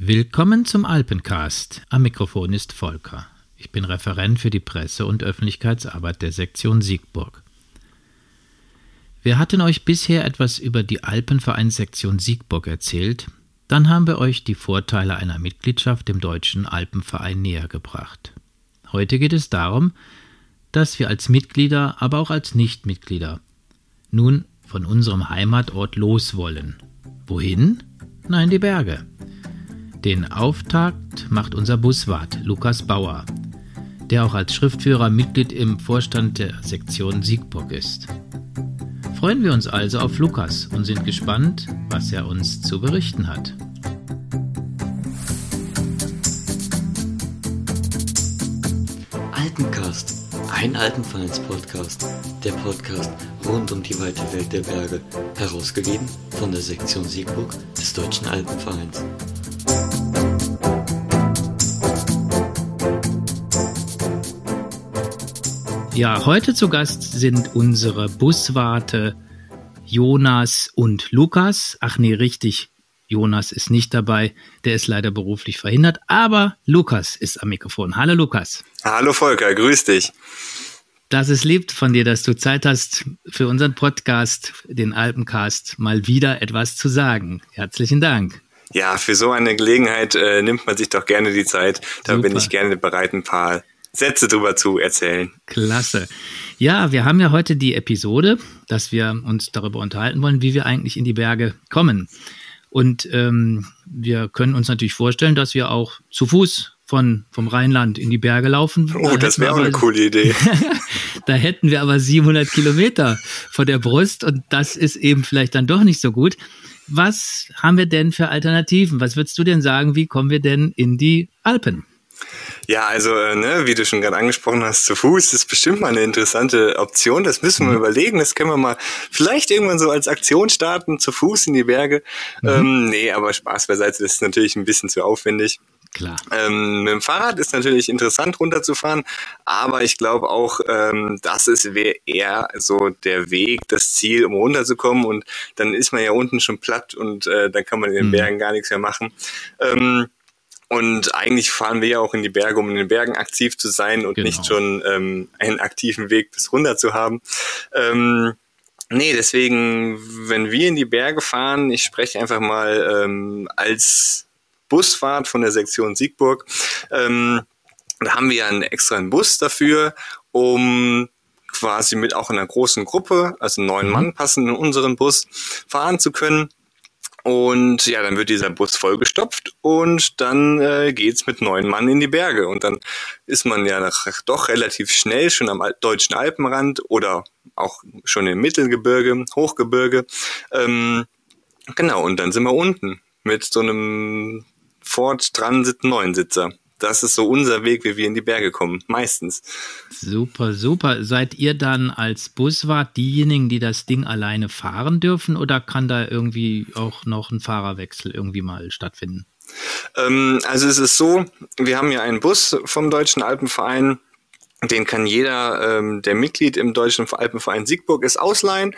Willkommen zum Alpencast. Am Mikrofon ist Volker. Ich bin Referent für die Presse- und Öffentlichkeitsarbeit der Sektion Siegburg. Wir hatten euch bisher etwas über die Alpenvereinssektion Siegburg erzählt. Dann haben wir euch die Vorteile einer Mitgliedschaft im Deutschen Alpenverein näher gebracht. Heute geht es darum, dass wir als Mitglieder, aber auch als Nichtmitglieder nun von unserem Heimatort los wollen. Wohin? Na, in die Berge. Den Auftakt macht unser Buswart Lukas Bauer, der auch als Schriftführer Mitglied im Vorstand der Sektion Siegburg ist. Freuen wir uns also auf Lukas und sind gespannt, was er uns zu berichten hat. Alpencast, ein Alpenvereins-Podcast, der Podcast rund um die weite Welt der Berge, herausgegeben von der Sektion Siegburg des Deutschen Alpenvereins. Ja, heute zu Gast sind unsere Buswarte Jonas und Lukas. Ach nee, richtig, Jonas ist nicht dabei, der ist leider beruflich verhindert, aber Lukas ist am Mikrofon. Hallo Lukas. Hallo Volker, grüß dich. Das ist lieb von dir, dass du Zeit hast, für unseren Podcast, den Alpencast, mal wieder etwas zu sagen. Herzlichen Dank. Ja, für so eine Gelegenheit nimmt man sich doch gerne die Zeit. Da Super. Bin ich gerne bereit, ein paar Sätze drüber zu erzählen. Klasse. Ja, wir haben ja heute die Episode, dass wir uns darüber unterhalten wollen, wie wir eigentlich in die Berge kommen. Und wir können uns natürlich vorstellen, dass wir auch zu Fuß vom Rheinland in die Berge laufen. Oh, das wäre auch eine coole Idee. Da hätten wir aber 700 Kilometer vor der Brust und das ist eben vielleicht dann doch nicht so gut. Was haben wir denn für Alternativen? Was würdest du denn sagen, wie kommen wir denn in die Alpen? Ja, also wie du schon gerade angesprochen hast, zu Fuß ist bestimmt mal eine interessante Option. Das müssen wir überlegen. Das können wir mal vielleicht irgendwann so als Aktion starten, zu Fuß in die Berge. Nee, aber Spaß beiseite, das ist natürlich ein bisschen zu aufwendig. Klar. Mit dem Fahrrad ist natürlich interessant runterzufahren, aber ich glaube auch, wäre eher so der Weg, das Ziel, um runterzukommen und dann ist man ja unten schon platt und dann kann man in den Bergen gar nichts mehr machen. Und eigentlich fahren wir ja auch in die Berge, um in den Bergen aktiv zu sein und nicht schon einen aktiven Weg bis runter zu haben. Nee, deswegen, wenn wir in die Berge fahren, ich spreche einfach mal als Busfahrt von der Sektion Siegburg, da haben wir ja einen Bus dafür, um quasi mit auch in einer großen Gruppe, also 9 Mann passen in unseren Bus, fahren zu können. Und ja, dann wird dieser Bus vollgestopft und dann geht's mit 9 Mann in die Berge. Und dann ist man ja doch relativ schnell schon am deutschen Alpenrand oder auch schon im Mittelgebirge, Hochgebirge. Genau, und dann sind wir unten mit so einem Ford Transit 9-Sitzer. Das ist so unser Weg, wie wir in die Berge kommen, meistens. Super, super. Seid ihr dann als Buswart diejenigen, die das Ding alleine fahren dürfen oder kann da irgendwie auch noch ein Fahrerwechsel irgendwie mal stattfinden? Also es ist so, wir haben ja einen Bus vom Deutschen Alpenverein, den kann jeder, der Mitglied im Deutschen Alpenverein Siegburg ist, ausleihen.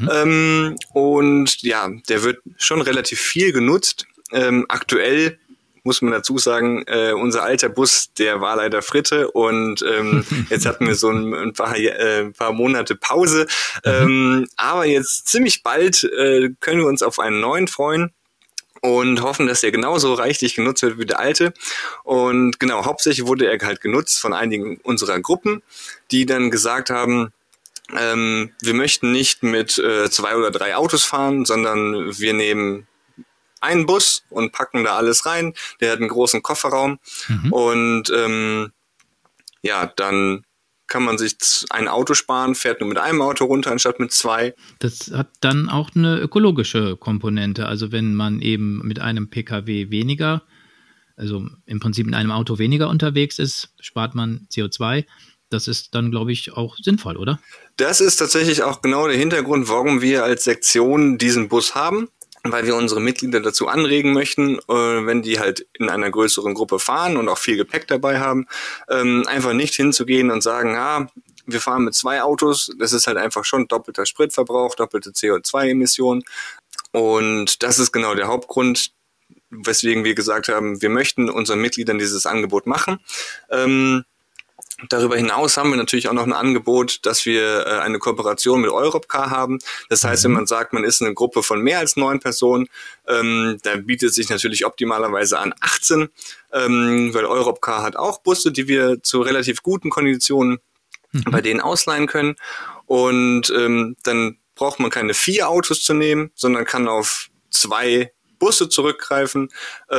Und ja, der wird schon relativ viel genutzt. Aktuell muss man dazu sagen, unser alter Bus, der war leider Fritte und jetzt hatten wir so ein paar Monate Pause. Aber jetzt ziemlich bald können wir uns auf einen neuen freuen und hoffen, dass der genauso reichlich genutzt wird wie der alte. Und genau, hauptsächlich wurde er halt genutzt von einigen unserer Gruppen, die dann gesagt haben, wir möchten nicht mit 2 oder 3 Autos fahren, sondern wir nehmen einen Bus und packen da alles rein. Der hat einen großen Kofferraum und dann kann man sich ein Auto sparen, fährt nur mit einem Auto runter anstatt mit 2. Das hat dann auch eine ökologische Komponente. Also wenn man eben mit einem Pkw weniger, also im Prinzip in einem Auto weniger unterwegs ist, spart man CO2. Das ist dann, glaube ich, auch sinnvoll, oder? Das ist tatsächlich auch genau der Hintergrund, warum wir als Sektion diesen Bus haben. Weil wir unsere Mitglieder dazu anregen möchten, wenn die halt in einer größeren Gruppe fahren und auch viel Gepäck dabei haben, einfach nicht hinzugehen und sagen, wir fahren mit 2 Autos, das ist halt einfach schon doppelter Spritverbrauch, doppelte CO2-Emissionen und das ist genau der Hauptgrund. weswegen wir gesagt haben, wir möchten unseren Mitgliedern dieses Angebot machen. Darüber hinaus haben wir natürlich auch noch ein Angebot, dass wir eine Kooperation mit Europcar haben. Das heißt, wenn man sagt, man ist eine Gruppe von mehr als 9 Personen, da bietet es sich natürlich optimalerweise an 18, weil Europcar hat auch Busse, die wir zu relativ guten Konditionen bei denen ausleihen können. Und dann braucht man keine 4 Autos zu nehmen, sondern kann auf 2 Busse zurückgreifen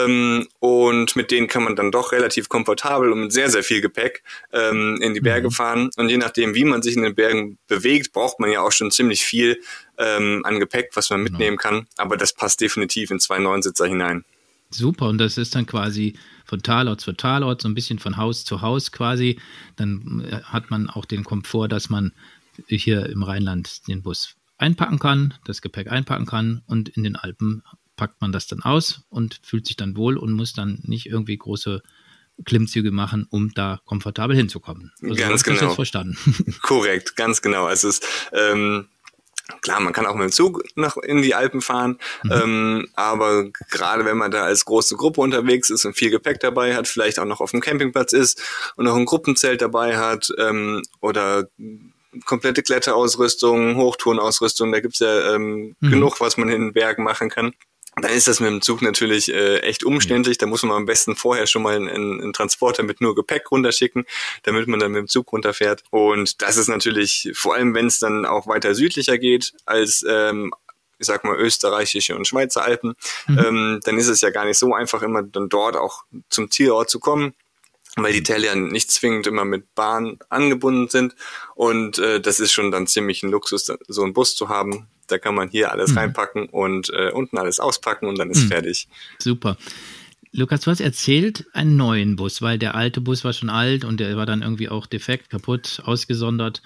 und mit denen kann man dann doch relativ komfortabel und mit sehr, sehr viel Gepäck in die Berge fahren. Und je nachdem, wie man sich in den Bergen bewegt, braucht man ja auch schon ziemlich viel an Gepäck, was man mitnehmen kann. Aber das passt definitiv in 2 Neunsitzer hinein. Super, und das ist dann quasi von Talort zu Talort, so ein bisschen von Haus zu Haus quasi. Dann hat man auch den Komfort, dass man hier im Rheinland den Bus einpacken kann, das Gepäck einpacken kann und in den Alpen packt man das dann aus und fühlt sich dann wohl und muss dann nicht irgendwie große Klimmzüge machen, um da komfortabel hinzukommen. Also ganz genau. Das jetzt verstanden. Korrekt, ganz genau. Also es ist klar, man kann auch mit dem Zug noch in die Alpen fahren, aber gerade wenn man da als große Gruppe unterwegs ist und viel Gepäck dabei hat, vielleicht auch noch auf dem Campingplatz ist und noch ein Gruppenzelt dabei hat oder komplette Kletterausrüstung, Hochtourenausrüstung, da gibt's ja genug, was man in den Bergen machen kann. Dann ist das mit dem Zug natürlich echt umständlich. Da muss man am besten vorher schon mal einen Transporter mit nur Gepäck runterschicken, damit man dann mit dem Zug runterfährt. Und das ist natürlich, vor allem wenn es dann auch weiter südlicher geht als ich sag mal österreichische und Schweizer Alpen, dann ist es ja gar nicht so einfach, immer dann dort auch zum Zielort zu kommen, weil die Täler nicht zwingend immer mit Bahn angebunden sind. Und das ist schon dann ziemlich ein Luxus, so einen Bus zu haben. Da kann man hier alles reinpacken und unten alles auspacken und dann ist fertig. Super. Lukas, du hast erzählt, einen neuen Bus, weil der alte Bus war schon alt und der war dann irgendwie auch defekt, kaputt, ausgesondert.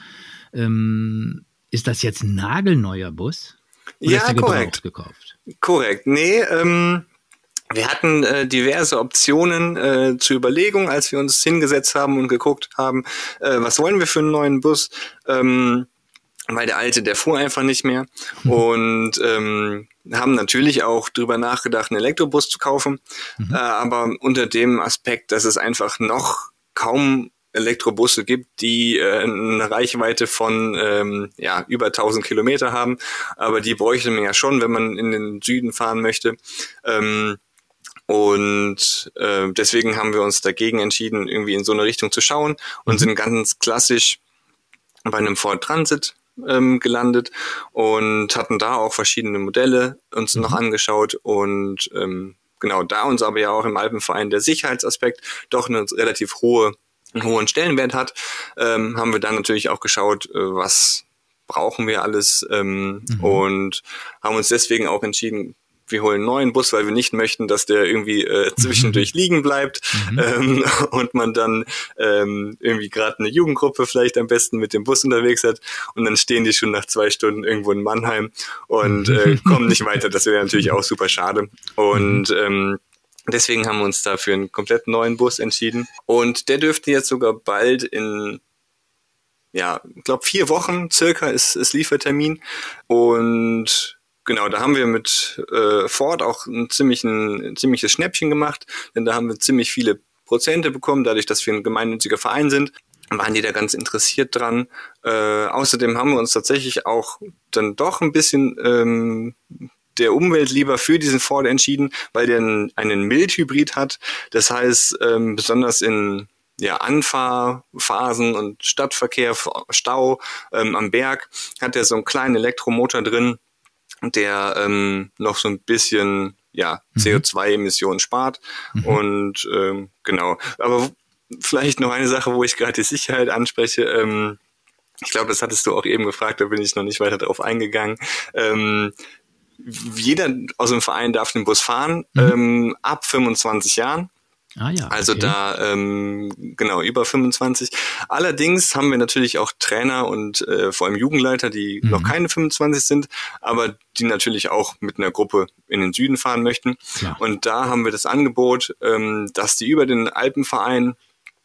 Ist das jetzt ein nagelneuer Bus? Oder ja, ist der korrekt. Gekauft? Korrekt. Nee, wir hatten diverse Optionen zur Überlegung, als wir uns hingesetzt haben und geguckt haben, was wollen wir für einen neuen Bus, weil der alte, der fuhr einfach nicht mehr und haben natürlich auch drüber nachgedacht, einen Elektrobus zu kaufen, aber unter dem Aspekt, dass es einfach noch kaum Elektrobusse gibt, die eine Reichweite von über 1000 Kilometer haben, aber die bräuchte man ja schon, wenn man in den Süden fahren möchte. Und deswegen haben wir uns dagegen entschieden, irgendwie in so eine Richtung zu schauen und sind ganz klassisch bei einem Ford Transit gelandet und hatten da auch verschiedene Modelle uns noch angeschaut und genau, da uns aber ja auch im Alpenverein der Sicherheitsaspekt doch einen relativ hohen Stellenwert hat, haben wir dann natürlich auch geschaut, was brauchen wir alles und haben uns deswegen auch entschieden, wir holen einen neuen Bus, weil wir nicht möchten, dass der irgendwie zwischendurch liegen bleibt und man dann irgendwie gerade eine Jugendgruppe vielleicht am besten mit dem Bus unterwegs hat und dann stehen die schon nach 2 Stunden irgendwo in Mannheim und kommen nicht weiter. Das wäre natürlich auch super schade. Und deswegen haben wir uns da für einen komplett neuen Bus entschieden. Und der dürfte jetzt sogar bald in, ja, ich glaube 4 Wochen circa ist Liefertermin. Und genau, da haben wir mit Ford auch ein ziemliches Schnäppchen gemacht, denn da haben wir ziemlich viele Prozente bekommen, dadurch, dass wir ein gemeinnütziger Verein sind, waren die da ganz interessiert dran. Außerdem haben wir uns tatsächlich auch dann doch ein bisschen der Umwelt lieber für diesen Ford entschieden, weil der einen Mildhybrid hat. Das heißt, besonders in Anfahrphasen und Stadtverkehr, Stau am Berg hat er so einen kleinen Elektromotor drin, der noch so ein bisschen CO2-Emissionen spart. Und genau. Aber vielleicht noch eine Sache, wo ich gerade die Sicherheit anspreche. Ich glaube, das hattest du auch eben gefragt, da bin ich noch nicht weiter drauf eingegangen. Jeder aus dem Verein darf den Bus fahren, ab 25 Jahren. Ah, ja, also da, genau, über 25. Allerdings haben wir natürlich auch Trainer und vor allem Jugendleiter, die noch keine 25 sind, aber die natürlich auch mit einer Gruppe in den Süden fahren möchten. Ja. Und da haben wir das Angebot, dass die über den Alpenverein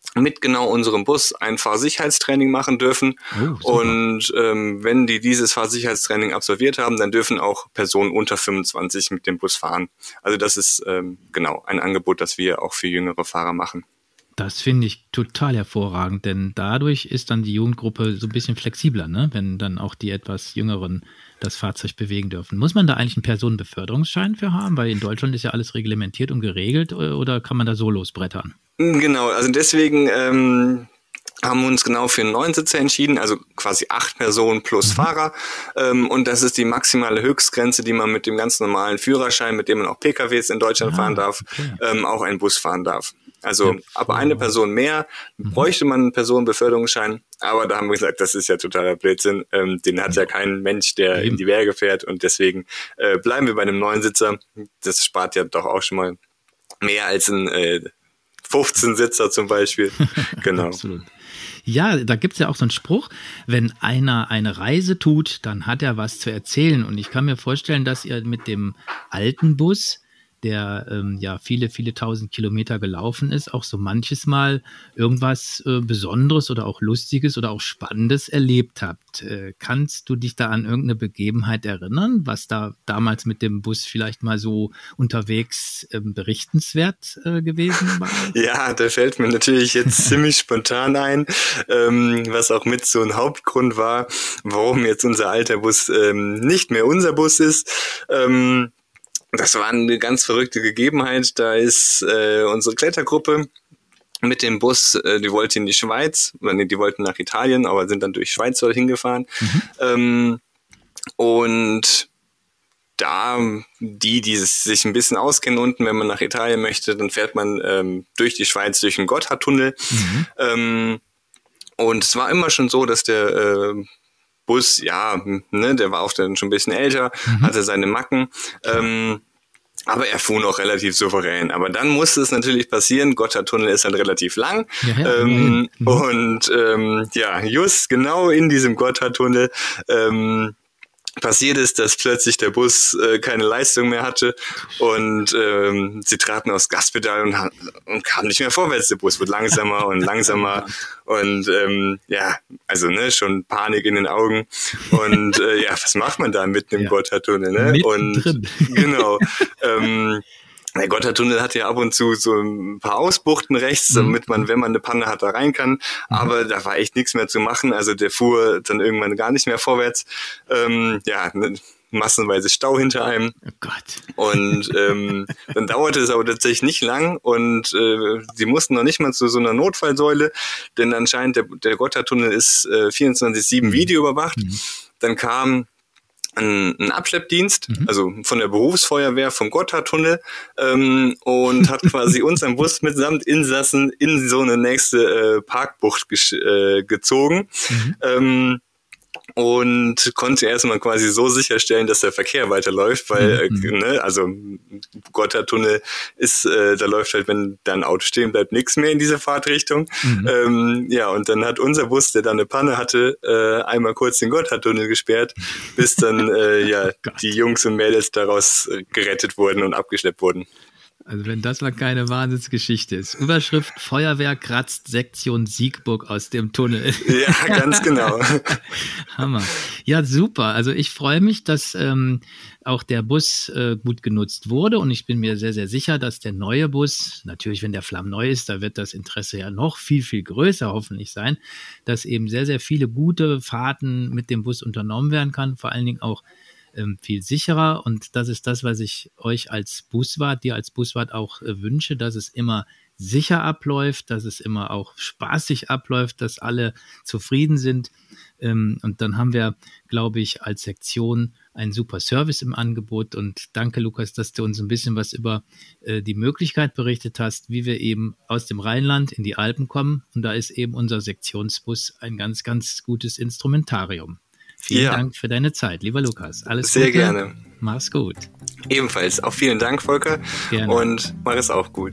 mit genau unserem Bus ein Fahrsicherheitstraining machen dürfen. Und wenn die dieses Fahrsicherheitstraining absolviert haben, dann dürfen auch Personen unter 25 mit dem Bus fahren. Also das ist genau ein Angebot, das wir auch für jüngere Fahrer machen. Das finde ich total hervorragend, denn dadurch ist dann die Jugendgruppe so ein bisschen flexibler, ne? Wenn dann auch die etwas Jüngeren das Fahrzeug bewegen dürfen. Muss man da eigentlich einen Personenbeförderungsschein für haben? Weil in Deutschland ist ja alles reglementiert und geregelt, oder kann man da so losbrettern? Genau, also deswegen haben wir uns genau für einen 9-Sitzer entschieden, also quasi 8 Personen plus Fahrer. Und das ist die maximale Höchstgrenze, die man mit dem ganz normalen Führerschein, mit dem man auch PKWs in Deutschland fahren darf, auch einen Bus fahren darf. Also ab eine Person mehr bräuchte man einen Personenbeförderungsschein, aber da haben wir gesagt, das ist ja totaler Blödsinn. Den hat ja kein Mensch, der in die Berge fährt, und deswegen bleiben wir bei einem 9-Sitzer. Das spart ja doch auch schon mal mehr als ein 15-Sitzer zum Beispiel. Genau. Absolut. Ja, da gibt es ja auch so einen Spruch, wenn einer eine Reise tut, dann hat er was zu erzählen. Und ich kann mir vorstellen, dass ihr mit dem alten Bus, der viele, viele tausend Kilometer gelaufen ist, auch so manches Mal irgendwas Besonderes oder auch Lustiges oder auch Spannendes erlebt habt. Kannst du dich da an irgendeine Begebenheit erinnern, was da damals mit dem Bus vielleicht mal so unterwegs berichtenswert gewesen war? Ja, da fällt mir natürlich jetzt ziemlich spontan ein, was auch mit so ein Hauptgrund war, warum jetzt unser alter Bus nicht mehr unser Bus ist. Das war eine ganz verrückte Gegebenheit. Da ist unsere Klettergruppe mit dem Bus, die wollte in die Schweiz, die wollten nach Italien, aber sind dann durch Schweiz hingefahren. Und da die sich ein bisschen auskennen unten, wenn man nach Italien möchte, dann fährt man durch die Schweiz durch den Gotthardtunnel. Und es war immer schon so, dass der Bus, der war auch dann schon ein bisschen älter, hatte seine Macken, aber er fuhr noch relativ souverän. Aber dann musste es natürlich passieren, Gotthardtunnel ist halt relativ lang, just genau in diesem Gotthardtunnel passiert ist, dass plötzlich der Bus keine Leistung mehr hatte und sie traten aufs Gaspedal und kamen nicht mehr vorwärts. Der Bus wird langsamer und langsamer und schon Panik in den Augen und was macht man da mitten im Gotthardtunnel, ne? Und genau. Der Gotthardtunnel hat ja ab und zu so ein paar Ausbuchten rechts, damit man, wenn man eine Panne hat, da rein kann. Aber da war echt nichts mehr zu machen. Also der fuhr dann irgendwann gar nicht mehr vorwärts. Massenweise Stau hinter einem. Oh Gott. Und dann dauerte es aber tatsächlich nicht lang und sie mussten noch nicht mal zu so einer Notfallsäule, denn anscheinend der Gotthardtunnel ist 24/7 videoüberwacht. Dann kam ein Abschleppdienst, also von der Berufsfeuerwehr vom Gotthardtunnel und hat quasi unseren Bus mitsamt Insassen in so eine nächste Parkbucht gezogen. Und konnte erstmal quasi so sicherstellen, dass der Verkehr weiterläuft, weil, Gotthardtunnel ist, da läuft halt, wenn da ein Auto stehen bleibt, nichts mehr in diese Fahrtrichtung. Und dann hat unser Bus, der da eine Panne hatte, einmal kurz den Gotthardtunnel gesperrt, bis dann, die Jungs und Mädels daraus gerettet wurden und abgeschleppt wurden. Also wenn das mal keine Wahnsinnsgeschichte ist. Überschrift: Feuerwehr kratzt Sektion Siegburg aus dem Tunnel. Ja, ganz genau. Hammer. Ja, super. Also ich freue mich, dass auch der Bus gut genutzt wurde und ich bin mir sehr, sehr sicher, dass der neue Bus, natürlich wenn der flammneu ist, da wird das Interesse ja noch viel, viel größer hoffentlich sein, dass eben sehr, sehr viele gute Fahrten mit dem Bus unternommen werden kann, vor allen Dingen auch viel sicherer, und das ist das, was ich euch als Buswart, dir als Buswart auch wünsche, dass es immer sicher abläuft, dass es immer auch spaßig abläuft, dass alle zufrieden sind, und dann haben wir, glaube ich, als Sektion einen super Service im Angebot. Und danke, Lukas, dass du uns ein bisschen was über die Möglichkeit berichtet hast, wie wir eben aus dem Rheinland in die Alpen kommen, und da ist eben unser Sektionsbus ein ganz, ganz gutes Instrumentarium. Vielen Dank für deine Zeit, lieber Lukas. Alles Gute. Sehr gerne. Mach's gut. Ebenfalls. Auch vielen Dank, Volker. Gerne. Und mach es auch gut.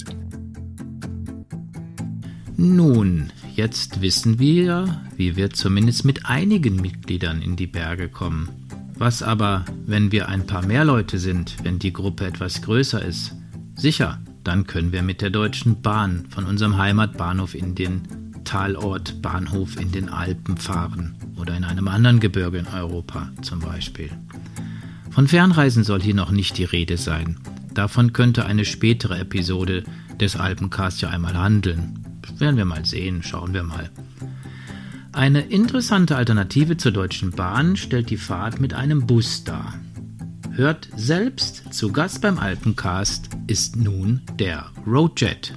Nun, jetzt wissen wir, wie wir zumindest mit einigen Mitgliedern in die Berge kommen. Was aber, wenn wir ein paar mehr Leute sind, wenn die Gruppe etwas größer ist? Sicher, dann können wir mit der Deutschen Bahn von unserem Heimatbahnhof in den Talort Bahnhof in den Alpen fahren oder in einem anderen Gebirge in Europa zum Beispiel. Von Fernreisen soll hier noch nicht die Rede sein. Davon könnte eine spätere Episode des Alpencast ja einmal handeln. Werden wir mal sehen, schauen wir mal. Eine interessante Alternative zur Deutschen Bahn stellt die Fahrt mit einem Bus dar. Hört selbst, zu Gast beim Alpencast ist nun der Roadjet.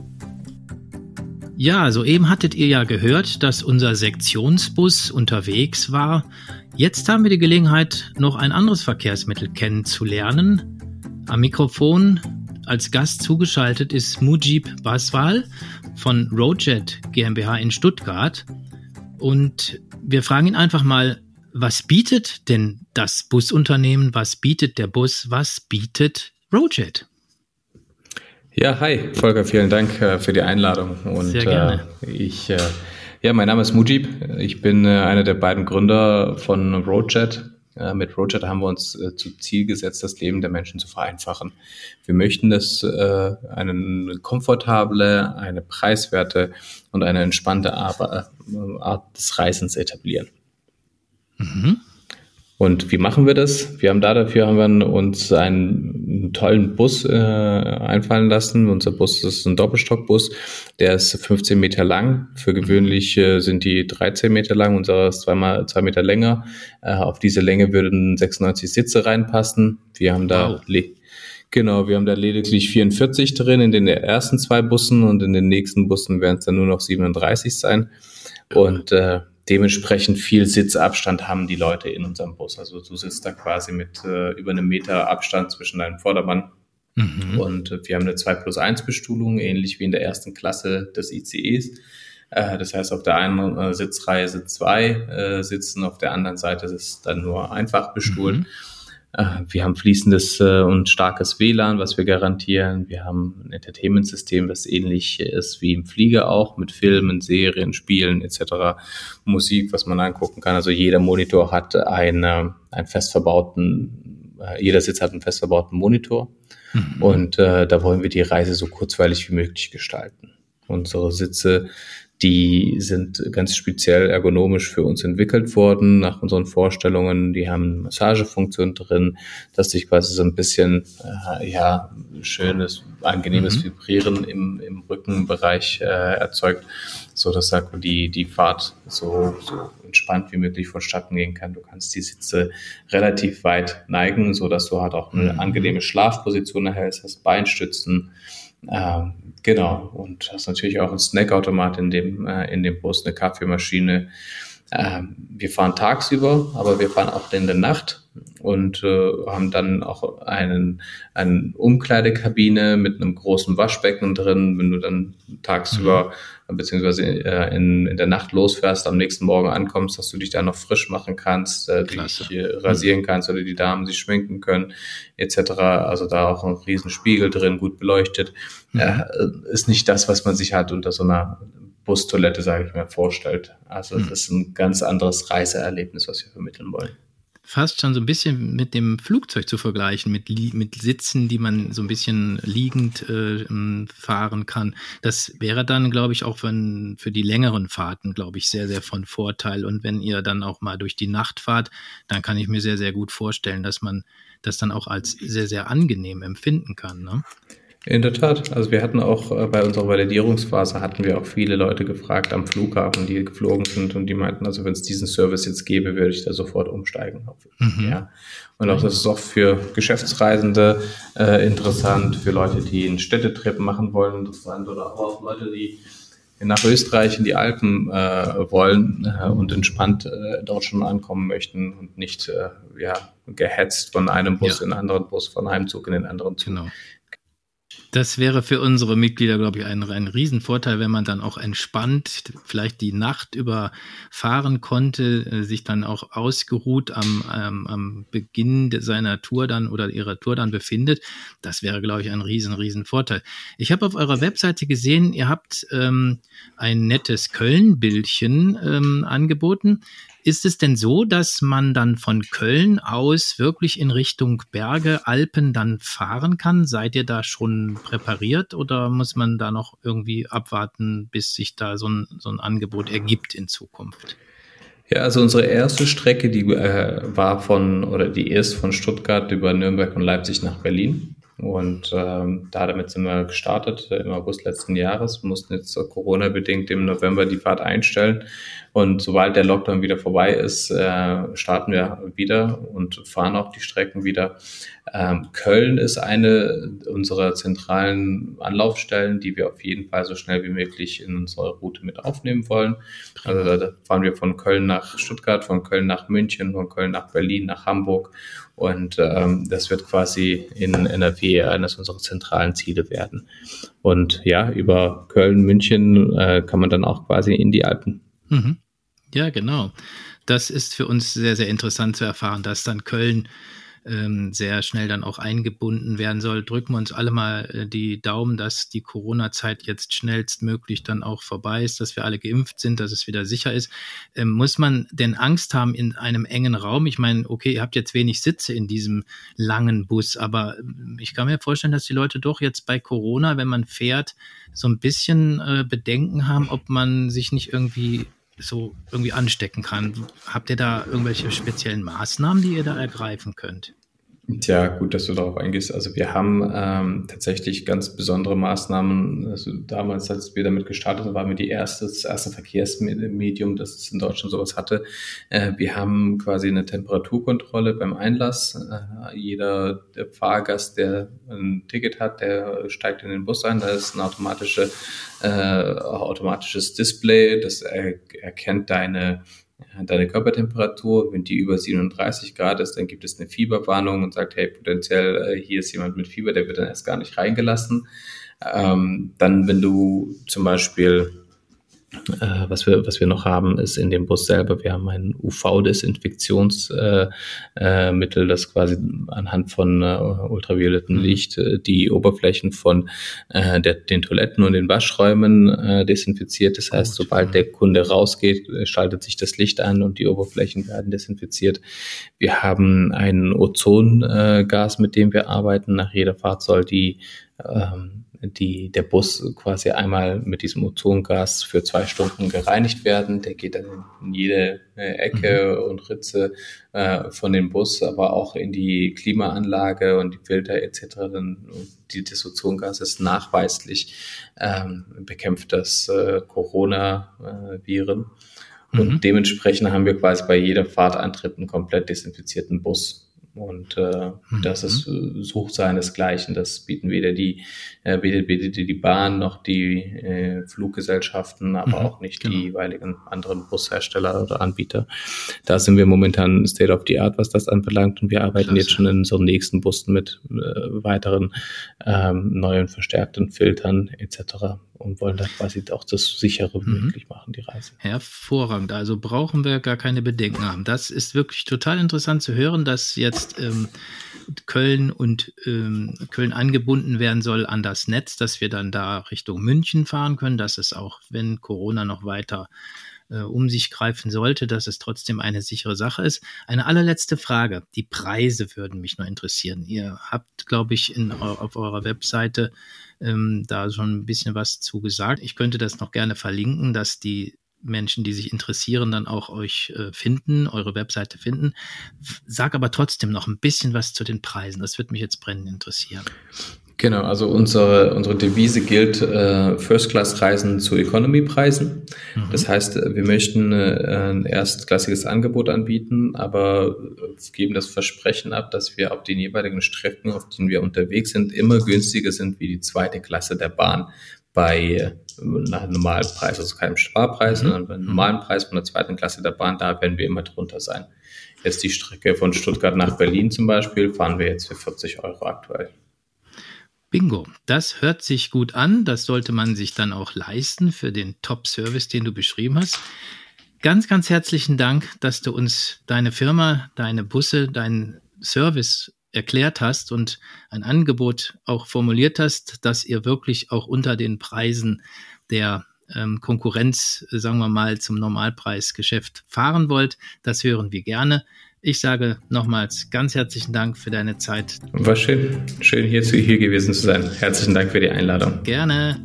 Ja, soeben hattet ihr ja gehört, dass unser Sektionsbus unterwegs war. Jetzt haben wir die Gelegenheit, noch ein anderes Verkehrsmittel kennenzulernen. Am Mikrofon als Gast zugeschaltet ist Mujib Baswal von Roadjet GmbH in Stuttgart. Und wir fragen ihn einfach mal, was bietet denn das Busunternehmen, was bietet der Bus, was bietet Roadjet? Ja, hi Volker, vielen Dank für die Einladung. Und sehr gerne. Mein Name ist Mujib. Ich bin einer der beiden Gründer von Roadjet. Mit Roadjet haben wir uns zum Ziel gesetzt, das Leben der Menschen zu vereinfachen. Wir möchten, dass eine komfortable, eine preiswerte und eine entspannte Art des Reisens etablieren. Mhm. Und wie machen wir das? Dafür haben wir uns einen tollen Bus einfallen lassen. Unser Bus ist ein Doppelstockbus, der ist 15 Meter lang. Für gewöhnlich sind die 13 Meter lang, unserer ist 2 Meter länger. Auf diese Länge würden 96 Sitze reinpassen. Wir haben da lediglich 44 drin in den ersten 2 Bussen und in den nächsten Bussen werden es dann nur noch 37 sein. Und dementsprechend viel Sitzabstand haben die Leute in unserem Bus. Also du sitzt da quasi mit über einem Meter Abstand zwischen deinem Vordermann. Mhm. Und wir haben eine 2+1 Bestuhlung, ähnlich wie in der ersten Klasse des ICEs. Das heißt, auf der einen Sitzreihe sind 2 Sitzen, auf der anderen Seite ist es dann nur einfach bestuhlt. Mhm. Wir haben fließendes und starkes WLAN, was wir garantieren. Wir haben ein Entertainment-System, das ähnlich ist wie im Flieger auch, mit Filmen, Serien, Spielen etc., Musik, was man angucken kann. Also jeder Monitor hat jeder Sitz hat einen fest verbauten Monitor. Mhm. Und da wollen wir die Reise so kurzweilig wie möglich gestalten. Unsere Sitze, die sind ganz speziell ergonomisch für uns entwickelt worden, nach unseren Vorstellungen. Die haben Massagefunktion drin, dass sich quasi so ein bisschen, schönes, angenehmes Vibrieren im Rückenbereich erzeugt, so dass die Fahrt so entspannt wie möglich vonstatten gehen kann. Du kannst die Sitze relativ weit neigen, so dass du halt auch eine angenehme Schlafposition erhältst, hast Beinstützen, und hast natürlich auch einen Snackautomat in dem Bus, eine Kaffeemaschine. Wir fahren tagsüber, aber wir fahren auch in der Nacht und haben dann auch eine Umkleidekabine mit einem großen Waschbecken drin. Wenn du dann tagsüber beziehungsweise in der Nacht losfährst, am nächsten Morgen ankommst, dass du dich da noch frisch machen kannst, dich rasieren kannst oder die Damen sich schminken können, etc. Also da auch ein riesen Spiegel drin, gut beleuchtet. Ist nicht das, was man sich halt unter so einer Bustoilette, sage ich mal, vorstellt. Also das ist ein ganz anderes Reiseerlebnis, was wir vermitteln wollen. Fast schon so ein bisschen mit dem Flugzeug zu vergleichen, mit Sitzen, die man so ein bisschen liegend fahren kann. Das wäre dann, glaube ich, auch für die längeren Fahrten, glaube ich, sehr, sehr von Vorteil. Und wenn ihr dann auch mal durch die Nacht fahrt, dann kann ich mir sehr, sehr gut vorstellen, dass man das dann auch als sehr, sehr angenehm empfinden kann, ne? In der Tat. Also wir hatten auch bei unserer Validierungsphase auch viele Leute gefragt am Flughafen, die geflogen sind und die meinten, also wenn es diesen Service jetzt gäbe, würde ich da sofort umsteigen. Ja. Und auch das ist auch für Geschäftsreisende interessant, für Leute, die einen Städtetrip machen wollen, interessant, oder auch Leute, die nach Österreich in die Alpen wollen und entspannt dort schon ankommen möchten und nicht gehetzt von einem Bus in den anderen Bus, von einem Zug in den anderen Zug. Genau. Das wäre für unsere Mitglieder, glaube ich, ein Riesenvorteil, wenn man dann auch entspannt vielleicht die Nacht über fahren konnte, sich dann auch ausgeruht am Beginn seiner Tour dann oder ihrer Tour dann befindet. Das wäre, glaube ich, ein riesen Vorteil. Ich habe auf eurer Webseite gesehen, ihr habt ein nettes Köln-Bildchen angeboten. Ist es denn so, dass man dann von Köln aus wirklich in Richtung Berge, Alpen dann fahren kann? Seid ihr da schon präpariert oder muss man da noch irgendwie abwarten, bis sich da so ein Angebot ergibt in Zukunft? Ja, also unsere erste Strecke, die die ist von Stuttgart über Nürnberg und Leipzig nach Berlin. Und damit sind wir gestartet im August letzten Jahres, mussten jetzt Corona-bedingt im November die Fahrt einstellen. Und sobald der Lockdown wieder vorbei ist, starten wir wieder und fahren auch die Strecken wieder. Köln ist eine unserer zentralen Anlaufstellen, die wir auf jeden Fall so schnell wie möglich in unsere Route mit aufnehmen wollen. Also da fahren wir von Köln nach Stuttgart, von Köln nach München, von Köln nach Berlin, nach Hamburg. Und das wird quasi in NRW eines unserer zentralen Ziele werden. Und ja, über Köln, München kann man dann auch quasi in die Alpen. Mhm. Ja, genau. Das ist für uns sehr, sehr interessant zu erfahren, dass dann Köln sehr schnell dann auch eingebunden werden soll. Drücken wir uns alle mal die Daumen, dass die Corona-Zeit jetzt schnellstmöglich dann auch vorbei ist, dass wir alle geimpft sind, dass es wieder sicher ist. Muss man denn Angst haben in einem engen Raum? Ich meine, okay, ihr habt jetzt wenig Sitze in diesem langen Bus, aber ich kann mir vorstellen, dass die Leute doch jetzt bei Corona, wenn man fährt, so ein bisschen Bedenken haben, ob man sich nicht irgendwie anstecken kann. Habt ihr da irgendwelche speziellen Maßnahmen, die ihr da ergreifen könnt? Tja, gut, dass du darauf eingehst. Also wir haben tatsächlich ganz besondere Maßnahmen. Also damals, als wir damit gestartet haben, waren wir das erste Verkehrsmedium, das es in Deutschland sowas hatte. Wir haben quasi eine Temperaturkontrolle beim Einlass. Jeder der Fahrgast, der ein Ticket hat, der steigt in den Bus ein. Da ist ein automatisches Display, das erkennt deine Körpertemperatur. Wenn die über 37 Grad ist, dann gibt es eine Fieberwarnung und sagt, hey, potenziell hier ist jemand mit Fieber, der wird dann erst gar nicht reingelassen. Dann, wenn du zum Beispiel, was wir noch haben, ist in dem Bus selber, wir haben ein UV-Desinfektionsmittel, das quasi anhand von ultraviolettem Licht die Oberflächen von den Toiletten und den Waschräumen desinfiziert. Das heißt, sobald der Kunde rausgeht, schaltet sich das Licht an und die Oberflächen werden desinfiziert. Wir haben ein Ozongas, mit dem wir arbeiten. Nach jeder Fahrt soll der Bus quasi einmal mit diesem Ozongas für 2 Stunden gereinigt werden. Der geht dann in jede Ecke und Ritze von dem Bus, aber auch in die Klimaanlage und die Filter etc. Das Ozongas ist nachweislich, bekämpft das Coronaviren. Und dementsprechend haben wir quasi bei jeder Fahrtantritt einen komplett desinfizierten Bus. Und das ist sucht seinesgleichen. Das bieten weder die Bahn noch die Fluggesellschaften, aber auch nicht die jeweiligen anderen Bushersteller oder Anbieter. Da sind wir momentan State of the Art, was das anbelangt. Und wir arbeiten jetzt schon in unseren nächsten Bussen mit weiteren neuen verstärkten Filtern etc. und wollen da quasi auch das sichere möglich machen, die Reise. Hervorragend. Also brauchen wir gar keine Bedenken haben. Das ist wirklich total interessant zu hören, dass jetzt Köln angebunden werden soll an das Netz, dass wir dann da Richtung München fahren können, dass es auch, wenn Corona noch weiter um sich greifen sollte, dass es trotzdem eine sichere Sache ist. Eine allerletzte Frage. Die Preise würden mich nur interessieren. Ihr habt, glaube ich, auf eurer Webseite da schon ein bisschen was zu gesagt. Ich könnte das noch gerne verlinken, dass die Menschen, die sich interessieren, dann auch euch eure Webseite finden. Sag aber trotzdem noch ein bisschen was zu den Preisen. Das würde mich jetzt brennend interessieren. Genau, also unsere Devise gilt First-Class-Reisen zu Economy-Preisen. Das heißt, wir möchten ein erstklassiges Angebot anbieten, aber geben das Versprechen ab, dass wir auf den jeweiligen Strecken, auf denen wir unterwegs sind, immer günstiger sind wie die 2. Klasse der Bahn bei einem normalen Preis, also keinem Sparpreis, sondern bei einem normalen Preis von der 2. Klasse der Bahn, da werden wir immer drunter sein. Jetzt die Strecke von Stuttgart nach Berlin zum Beispiel, fahren wir jetzt für 40 € aktuell. Bingo, das hört sich gut an. Das sollte man sich dann auch leisten für den Top-Service, den du beschrieben hast. Ganz, ganz herzlichen Dank, dass du uns deine Firma, deine Busse, deinen Service erklärt hast und ein Angebot auch formuliert hast, dass ihr wirklich auch unter den Preisen der Konkurrenz, sagen wir mal, zum Normalpreisgeschäft fahren wollt. Das hören wir gerne. Ich sage nochmals ganz herzlichen Dank für deine Zeit. War schön hier gewesen zu sein. Herzlichen Dank für die Einladung. Gerne.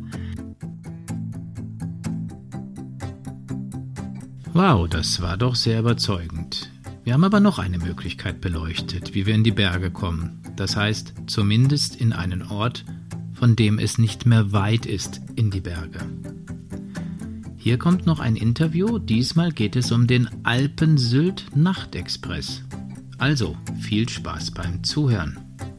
Wow, das war doch sehr überzeugend. Wir haben aber noch eine Möglichkeit beleuchtet, wie wir in die Berge kommen. Das heißt, zumindest in einen Ort, von dem es nicht mehr weit ist in die Berge. Hier kommt noch ein Interview, diesmal geht es um den Alpen-Sylt-Nachtexpress. Also, viel Spaß beim Zuhören.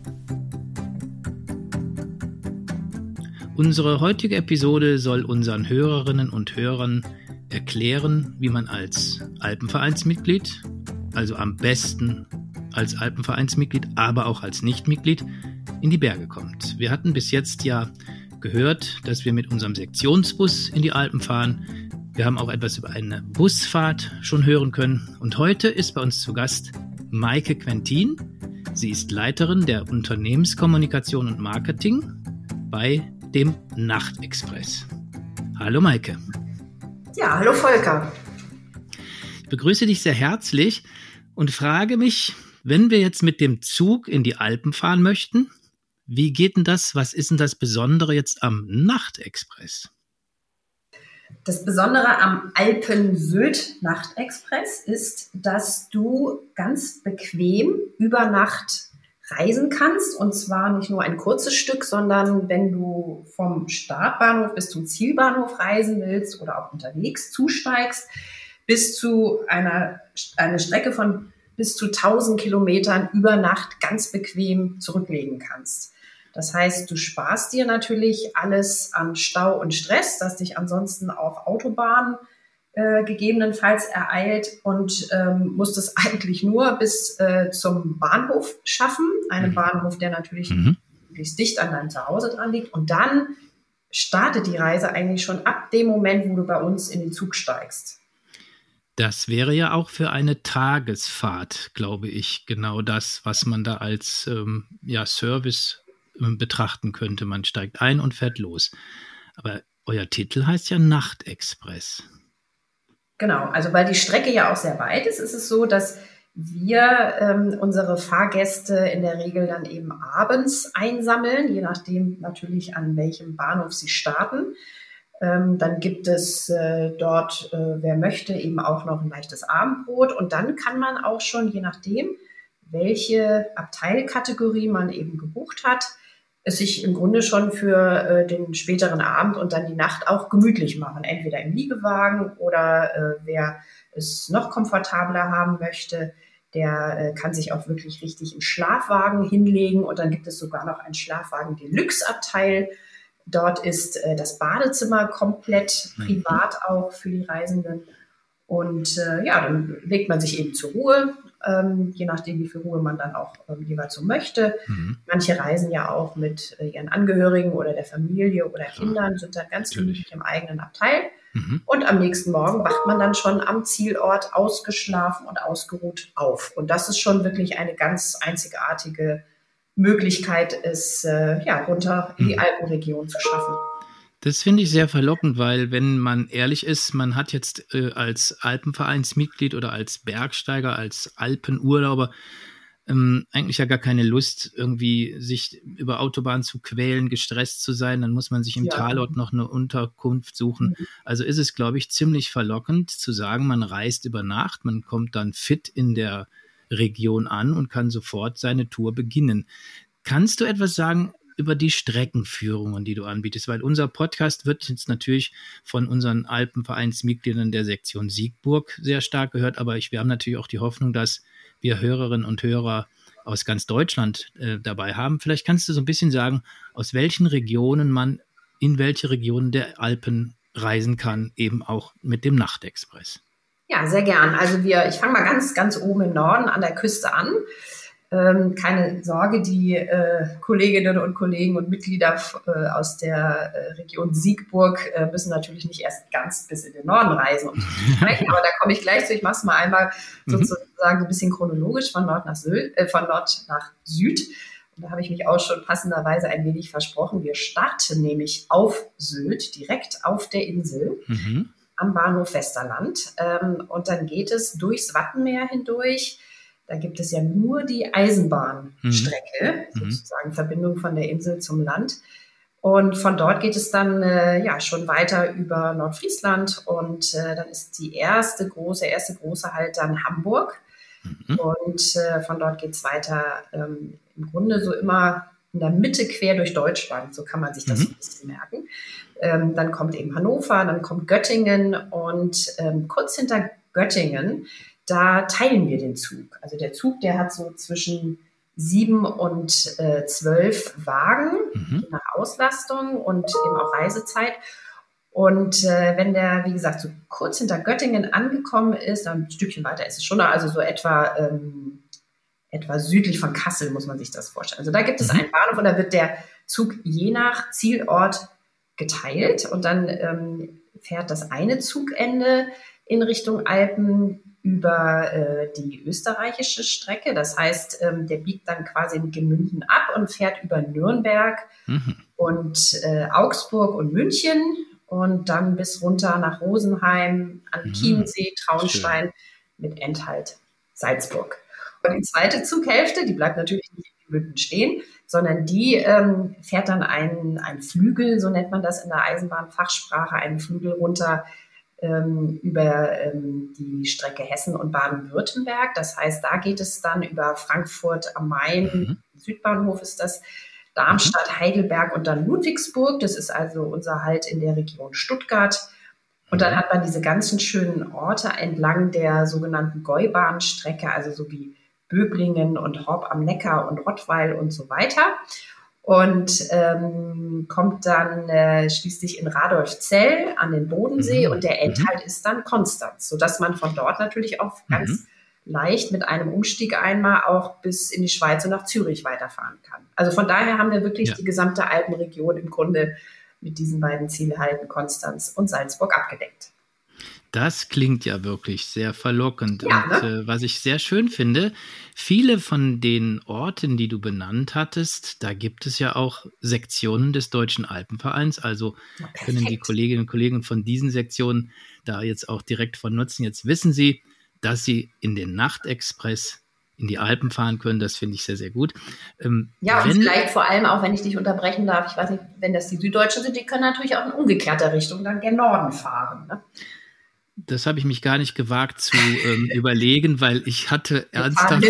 Unsere heutige Episode soll unseren Hörerinnen und Hörern erklären, wie man als Alpenvereinsmitglied, also am besten als Alpenvereinsmitglied, aber auch als Nichtmitglied, in die Berge kommt. Wir hatten bis jetzt ja gehört, dass wir mit unserem Sektionsbus in die Alpen fahren. Wir haben auch etwas über eine Busfahrt schon hören können. Und heute ist bei uns zu Gast Maike Quentin. Sie ist Leiterin der Unternehmenskommunikation und Marketing bei dem Nachtexpress. Hallo Maike. Ja, hallo Volker. Ich begrüße dich sehr herzlich und frage mich, wenn wir jetzt mit dem Zug in die Alpen fahren möchten, wie geht denn das? Was ist denn das Besondere jetzt am Nachtexpress? Das Besondere am Alpen-Sylt-Nachtexpress ist, dass du ganz bequem über Nacht reisen kannst. Und zwar nicht nur ein kurzes Stück, sondern wenn du vom Startbahnhof bis zum Zielbahnhof reisen willst oder auch unterwegs zusteigst, bis zu eine Strecke von bis zu 1000 Kilometern über Nacht ganz bequem zurücklegen kannst. Das heißt, du sparst dir natürlich alles an Stau und Stress, das dich ansonsten auf Autobahnen gegebenenfalls ereilt und musst es eigentlich nur bis zum Bahnhof schaffen. Einen Bahnhof, der natürlich möglichst dicht an deinem Zuhause dran liegt. Und dann startet die Reise eigentlich schon ab dem Moment, wo du bei uns in den Zug steigst. Das wäre ja auch für eine Tagesfahrt, glaube ich, genau das, was man da als Service betrachten könnte. Man steigt ein und fährt los. Aber euer Titel heißt ja Nachtexpress. Genau, also weil die Strecke ja auch sehr weit ist, ist es so, dass wir unsere Fahrgäste in der Regel dann eben abends einsammeln, je nachdem natürlich an welchem Bahnhof sie starten. Dann gibt es dort, wer möchte, eben auch noch ein leichtes Abendbrot. Und dann kann man auch schon, je nachdem, welche Abteilkategorie man eben gebucht hat, es sich im Grunde schon für den späteren Abend und dann die Nacht auch gemütlich machen. Entweder im Liegewagen oder wer es noch komfortabler haben möchte, der kann sich auch wirklich richtig im Schlafwagen hinlegen. Und dann gibt es sogar noch einen Schlafwagen-Deluxe-Abteil. Dort ist das Badezimmer komplett privat auch für die Reisenden. Und dann legt man sich eben zur Ruhe, je nachdem, wie viel Ruhe man dann auch jeweils so möchte. Manche reisen ja auch mit ihren Angehörigen oder der Familie oder Kindern, sind dann ganz gemütlich im eigenen Abteil. Und am nächsten Morgen wacht man dann schon am Zielort ausgeschlafen und ausgeruht auf. Und das ist schon wirklich eine ganz einzigartige Möglichkeit, es runter in die Alpenregion zu schaffen. Das finde ich sehr verlockend, weil wenn man ehrlich ist, man hat jetzt als Alpenvereinsmitglied oder als Bergsteiger, als Alpenurlauber eigentlich ja gar keine Lust, irgendwie sich über Autobahn zu quälen, gestresst zu sein. Dann muss man sich im Talort noch eine Unterkunft suchen. Also ist es, glaube ich, ziemlich verlockend zu sagen, man reist über Nacht, man kommt dann fit in der Region an und kann sofort seine Tour beginnen. Kannst du etwas sagen über die Streckenführungen, die du anbietest? Weil unser Podcast wird jetzt natürlich von unseren Alpenvereinsmitgliedern der Sektion Siegburg sehr stark gehört, aber wir haben natürlich auch die Hoffnung, dass wir Hörerinnen und Hörer aus ganz Deutschland dabei haben. Vielleicht kannst du so ein bisschen sagen, aus welchen Regionen man in welche Regionen der Alpen reisen kann, eben auch mit dem Nachtexpress. Ja, sehr gern. Also ich fange mal ganz, ganz oben im Norden an der Küste an. Keine Sorge, die Kolleginnen und Kollegen und Mitglieder aus der Region Siegburg müssen natürlich nicht erst ganz bis in den Norden reisen und sprechen, aber da komme ich gleich zu. Ich mache es mal einmal sozusagen so ein bisschen chronologisch von Nord nach Süd. Und da habe ich mich auch schon passenderweise ein wenig versprochen. Wir starten nämlich auf Sylt, direkt auf der Insel, am Bahnhof Westerland. Und dann geht es durchs Wattenmeer hindurch. Da gibt es ja nur die Eisenbahnstrecke, sozusagen Verbindung von der Insel zum Land. Und von dort geht es dann schon weiter über Nordfriesland. Und dann ist die erste große Halt dann Hamburg. Und von dort geht es weiter im Grunde so immer in der Mitte quer durch Deutschland. So kann man sich das ein bisschen merken. Dann kommt eben Hannover, dann kommt Göttingen und kurz hinter Göttingen, da teilen wir den Zug. Also der Zug, der hat so zwischen 7 und 12 Wagen nach Auslastung und eben auch Reisezeit. Und wenn der, wie gesagt, so kurz hinter Göttingen angekommen ist, dann ein Stückchen weiter ist es schon, also so etwa südlich von Kassel, muss man sich das vorstellen. Also da gibt es einen Bahnhof und da wird der Zug je nach Zielort geteilt und dann fährt das eine Zugende in Richtung Alpen über die österreichische Strecke. Das heißt, der biegt dann quasi in Gemünden ab und fährt über Nürnberg und Augsburg und München und dann bis runter nach Rosenheim, an Chiemsee, Traunstein mit Endhalt Salzburg. Und die zweite Zughälfte, die bleibt natürlich nicht in Gemünden stehen, sondern die fährt dann ein Flügel, so nennt man das in der Eisenbahnfachsprache, einen Flügel runter über die Strecke Hessen und Baden-Württemberg. Das heißt, da geht es dann über Frankfurt am Main, Südbahnhof ist das, Darmstadt, Heidelberg und dann Ludwigsburg. Das ist also unser Halt in der Region Stuttgart. Und dann hat man diese ganzen schönen Orte entlang der sogenannten Gäubahnstrecke, also so wie Böblingen und Horb am Neckar und Rottweil und so weiter. Und kommt dann schließlich in Radolfzell an den Bodensee und der Endhalt ist dann Konstanz, sodass man von dort natürlich auch ganz leicht mit einem Umstieg einmal auch bis in die Schweiz und nach Zürich weiterfahren kann. Also von daher haben wir wirklich die gesamte Alpenregion im Grunde mit diesen beiden Zielhalten Konstanz und Salzburg abgedeckt. Das klingt ja wirklich sehr verlockend. Ja, und was ich sehr schön finde, viele von den Orten, die du benannt hattest, da gibt es ja auch Sektionen des Deutschen Alpenvereins. Also können die Kolleginnen und Kollegen von diesen Sektionen da jetzt auch direkt von nutzen. Jetzt wissen sie, dass sie in den Nachtexpress in die Alpen fahren können. Das finde ich sehr, sehr gut. Und vielleicht vor allem auch, wenn ich dich unterbrechen darf, ich weiß nicht, wenn das die Süddeutschen sind, die können natürlich auch in umgekehrter Richtung dann gen Norden fahren, ne? Das habe ich mich gar nicht gewagt zu überlegen, weil ich hatte ernsthaft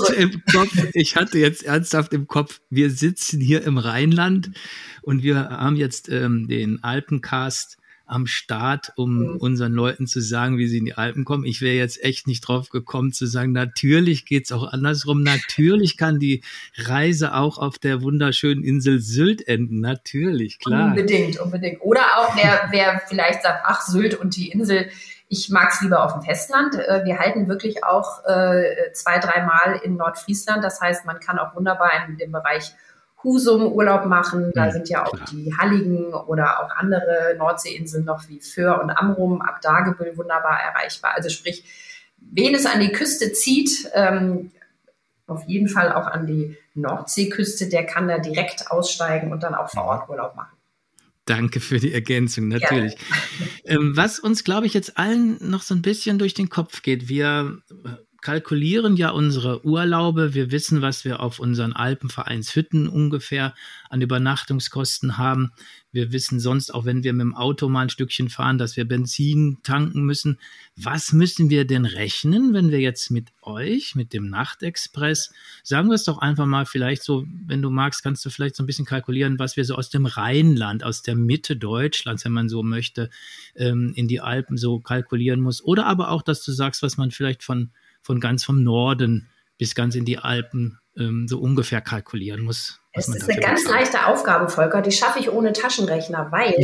im Kopf, wir sitzen hier im Rheinland und wir haben jetzt den Alpencast am Start, um unseren Leuten zu sagen, wie sie in die Alpen kommen. Ich wäre jetzt echt nicht drauf gekommen zu sagen, natürlich geht's auch andersrum. Natürlich kann die Reise auch auf der wunderschönen Insel Sylt enden. Natürlich, klar. Unbedingt. Oder auch, wer vielleicht sagt, ach, Sylt und die Insel, ich mag es lieber auf dem Festland. Wir halten wirklich auch 2-3 Mal in Nordfriesland. Das heißt, man kann auch wunderbar in dem Bereich Husum Urlaub machen. Da sind ja auch die Halligen oder auch andere Nordseeinseln noch wie Föhr und Amrum ab Dagebüll wunderbar erreichbar. Also sprich, wen es an die Küste zieht, auf jeden Fall auch an die Nordseeküste, der kann da direkt aussteigen und dann auch vor Ort Urlaub machen. Danke für die Ergänzung, natürlich. Was uns, glaube ich, jetzt allen noch so ein bisschen durch den Kopf geht, wir kalkulieren ja unsere Urlaube. Wir wissen, was wir auf unseren Alpenvereinshütten ungefähr an Übernachtungskosten haben. Wir wissen sonst, auch wenn wir mit dem Auto mal ein Stückchen fahren, dass wir Benzin tanken müssen. Was müssen wir denn rechnen, wenn wir jetzt mit euch, mit dem Nachtexpress, sagen wir es doch einfach mal vielleicht so, wenn du magst, kannst du vielleicht so ein bisschen kalkulieren, was wir so aus dem Rheinland, aus der Mitte Deutschlands, wenn man so möchte, in die Alpen so kalkulieren muss. Oder aber auch, dass du sagst, was man vielleicht von ganz vom Norden bis ganz in die Alpen so ungefähr kalkulieren muss. Es ist eine ganz leichte Aufgabe, Volker, die schaffe ich ohne Taschenrechner, weil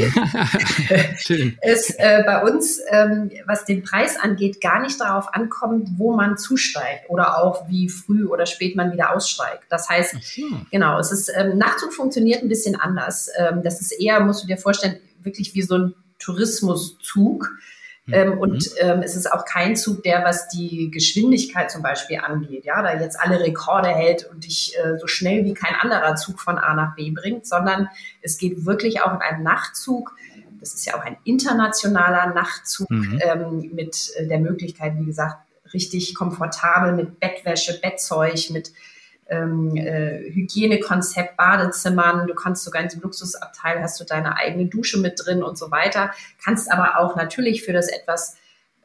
es bei uns, was den Preis angeht, gar nicht darauf ankommt, wo man zusteigt oder auch wie früh oder spät man wieder aussteigt. Das heißt, genau, es ist, Nachtzug funktioniert ein bisschen anders. Das ist eher, musst du dir vorstellen, wirklich wie so ein Tourismuszug. Es ist auch kein Zug, der, was die Geschwindigkeit zum Beispiel angeht, ja, da jetzt alle Rekorde hält und dich so schnell wie kein anderer Zug von A nach B bringt, sondern es geht wirklich auch in einem Nachtzug. Das ist ja auch ein internationaler Nachtzug mit der Möglichkeit, wie gesagt, richtig komfortabel mit Bettwäsche, Bettzeug, mit Hygienekonzept, Badezimmern. Du kannst sogar in diesem Luxusabteil hast du deine eigene Dusche mit drin und so weiter. Kannst aber auch natürlich für das etwas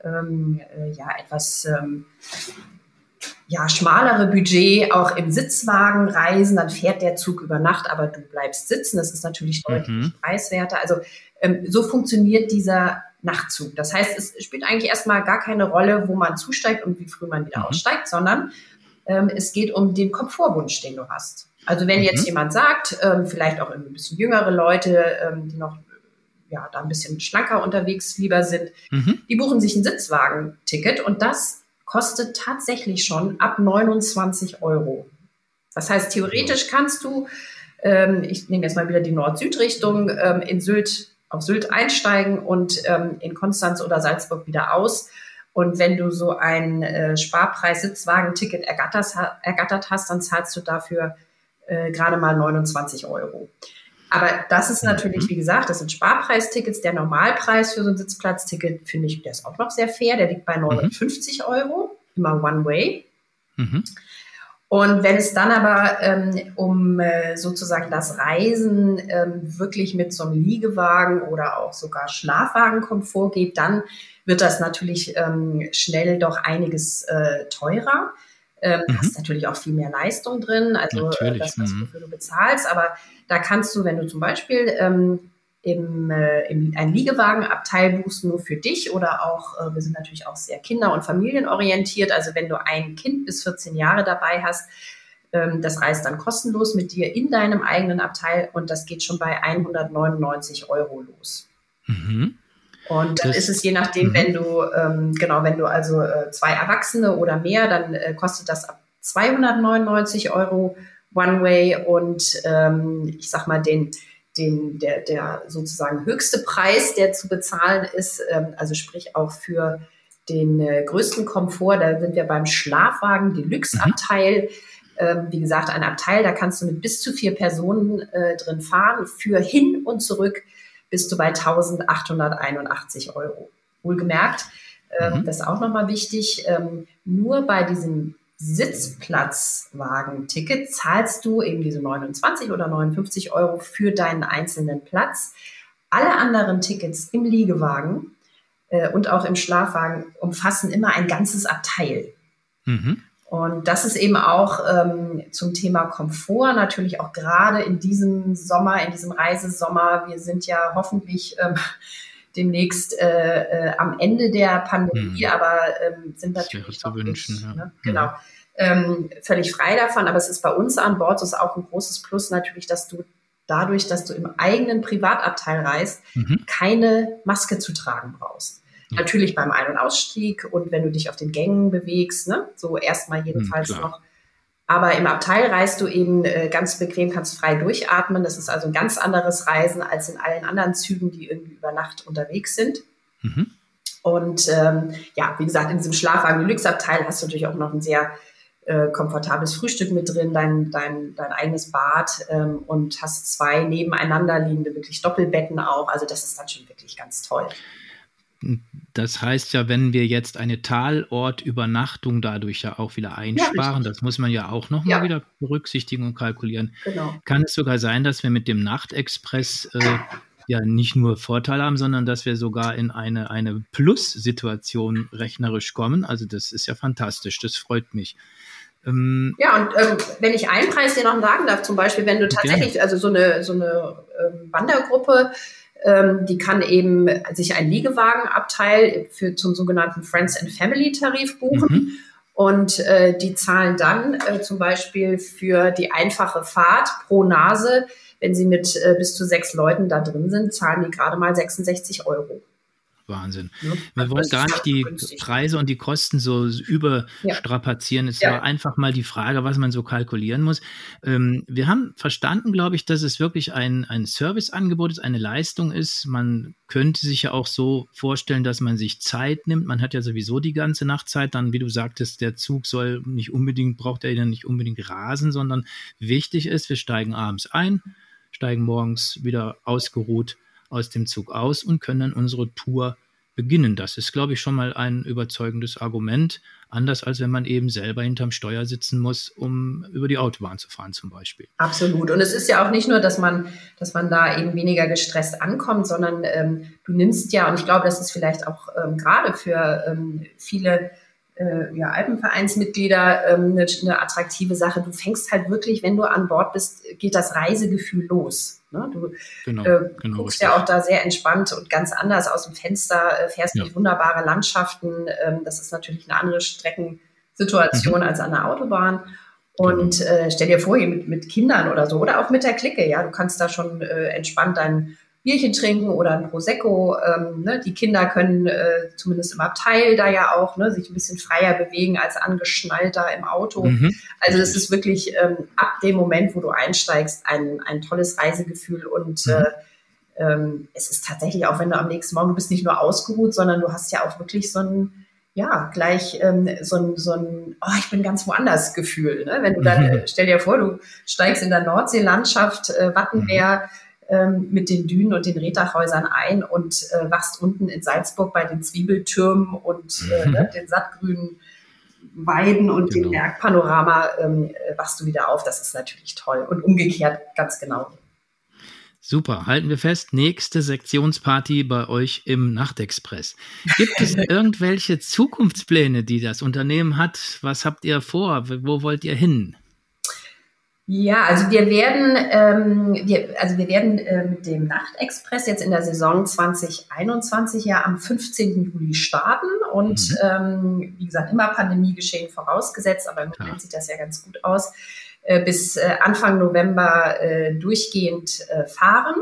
schmalere Budget auch im Sitzwagen reisen. Dann fährt der Zug über Nacht, aber du bleibst sitzen. Das ist natürlich deutlich preiswerter. Also so funktioniert dieser Nachtzug. Das heißt, es spielt eigentlich erstmal gar keine Rolle, wo man zusteigt und wie früh man wieder aussteigt, sondern es geht um den Komfortwunsch, den du hast. Also wenn jetzt jemand sagt, vielleicht auch ein bisschen jüngere Leute, die noch da ein bisschen schlanker unterwegs lieber sind, die buchen sich ein Sitzwagenticket und das kostet tatsächlich schon ab 29 €. Das heißt, theoretisch kannst du, ich nehme jetzt mal wieder die Nord-Süd-Richtung, auf Sylt einsteigen und in Konstanz oder Salzburg wieder aus. Und wenn du so ein Sparpreis-Sitzwagenticket ergattert hast, dann zahlst du dafür gerade mal 29 €. Aber das ist natürlich, wie gesagt, das sind Sparpreistickets. Der Normalpreis für so ein Sitzplatzticket, finde ich, der ist auch noch sehr fair. Der liegt bei 59 €, immer One-Way. Und wenn es dann aber um sozusagen das Reisen wirklich mit so einem Liegewagen oder auch sogar Schlafwagenkomfort geht, dann wird das natürlich schnell doch einiges teurer. Du hast natürlich auch viel mehr Leistung drin, also das, wofür du bezahlst. Aber da kannst du, wenn du zum Beispiel ein Liegewagenabteil buchst, nur für dich oder auch, wir sind natürlich auch sehr kinder- und familienorientiert, also wenn du ein Kind bis 14 Jahre dabei hast, das reist dann kostenlos mit dir in deinem eigenen Abteil und das geht schon bei 199 € los. Und dann ist es je nachdem, wenn du also 2 Erwachsene oder mehr, dann kostet das ab 299 € One-Way und ich sag mal, der sozusagen höchste Preis, der zu bezahlen ist, also sprich auch für den größten Komfort, da sind wir beim Schlafwagen Deluxe-Abteil. Wie gesagt, ein Abteil, da kannst du mit bis zu 4 Personen drin fahren. Für hin und zurück bist du bei 1.881 €. Wohlgemerkt, das ist auch nochmal wichtig, nur bei diesem Sitzplatzwagenticket zahlst du eben diese 29 oder 59 € für deinen einzelnen Platz. Alle anderen Tickets im Liegewagen und auch im Schlafwagen umfassen immer ein ganzes Abteil. Und das ist eben auch zum Thema Komfort natürlich auch gerade in diesem Sommer, in diesem Reisesommer. Wir sind ja hoffentlich demnächst am Ende der Pandemie, aber sind natürlich noch wünschen, ne? Genau, völlig frei davon. Aber es ist bei uns an Bord, so ist auch ein großes Plus natürlich, dass du dadurch, dass du im eigenen Privatabteil reist, keine Maske zu tragen brauchst. Natürlich beim Ein- und Ausstieg und wenn du dich auf den Gängen bewegst, ne? So erstmal jedenfalls noch. Aber im Abteil reist du eben ganz bequem, kannst frei durchatmen. Das ist also ein ganz anderes Reisen als in allen anderen Zügen, die irgendwie über Nacht unterwegs sind. Und wie gesagt, in diesem Schlafwagen-Deluxe-Abteil hast du natürlich auch noch ein sehr komfortables Frühstück mit drin, dein eigenes Bad und hast 2 nebeneinander liegende wirklich Doppelbetten auch. Also das ist dann schon wirklich ganz toll. Das heißt ja, wenn wir jetzt eine Talortübernachtung dadurch ja auch wieder einsparen, das muss man ja auch nochmal wieder berücksichtigen und kalkulieren, kann es sogar sein, dass wir mit dem Nachtexpress nicht nur Vorteile haben, sondern dass wir sogar in eine Plus-Situation rechnerisch kommen. Also das ist ja fantastisch, das freut mich. Wenn ich einen Preis dir noch sagen darf, zum Beispiel, wenn du tatsächlich, also so eine Wandergruppe, die kann eben sich ein Liegewagenabteil zum sogenannten Friends and Family Tarif buchen. Und die zahlen dann zum Beispiel für die einfache Fahrt pro Nase, wenn sie mit bis zu 6 Leuten da drin sind, zahlen die gerade mal 66 €. Wahnsinn. Ja, Wir wollen gar nicht die günstig. Preise und die Kosten so überstrapazieren. Es war einfach mal die Frage, was man so kalkulieren muss. Wir haben verstanden, glaube ich, dass es wirklich ein Serviceangebot ist, eine Leistung ist. Man könnte sich ja auch so vorstellen, dass man sich Zeit nimmt. Man hat ja sowieso die ganze Nacht Zeit. Dann, wie du sagtest, der Zug braucht er ja nicht unbedingt rasen, sondern wichtig ist, wir steigen abends ein, steigen morgens wieder ausgeruht aus dem Zug aus und können unsere Tour beginnen. Das ist, glaube ich, schon mal ein überzeugendes Argument, anders als wenn man eben selber hinterm Steuer sitzen muss, um über die Autobahn zu fahren zum Beispiel. Absolut. Und es ist ja auch nicht nur, dass man da eben weniger gestresst ankommt, sondern du nimmst ja, und ich glaube, das ist vielleicht auch gerade für viele Alpenvereinsmitglieder eine attraktive Sache. Du fängst halt wirklich, wenn du an Bord bist, geht das Reisegefühl los. Ne? Du guckst ja auch da sehr entspannt und ganz anders aus dem Fenster, fährst durch wunderbare Landschaften. Das ist natürlich eine andere Streckensituation als an der Autobahn. Und stell dir vor, mit Kindern oder so, oder auch mit der Clique, ja, du kannst da schon entspannt dein Bierchen trinken oder ein Prosecco. Die Kinder können zumindest im Abteil da ja auch sich ein bisschen freier bewegen als angeschnallt da im Auto. Also das ist wirklich ab dem Moment, wo du einsteigst, ein tolles Reisegefühl. Und es ist tatsächlich auch, wenn du am nächsten Morgen, du bist nicht nur ausgeruht, sondern du hast ja auch wirklich so ein ich bin ganz woanders Gefühl. Ne? Wenn du dann, stell dir vor, du steigst in der Nordseelandschaft, Wattenmeer, mit den Dünen und den Rehdachhäusern ein und wachst unten in Salzburg bei den Zwiebeltürmen und den sattgrünen Weiden und dem Bergpanorama wachst du wieder auf. Das ist natürlich toll. Und umgekehrt ganz genau. Super, halten wir fest, nächste Sektionsparty bei euch im Nachtexpress. Gibt es irgendwelche Zukunftspläne, die das Unternehmen hat? Was habt ihr vor? Wo wollt ihr hin? Ja, also wir werden mit dem Nachtexpress jetzt in der Saison 2021 ja am 15. Juli starten und wie gesagt, immer Pandemiegeschehen vorausgesetzt, aber im Moment sieht das ja ganz gut aus, bis Anfang November durchgehend fahren.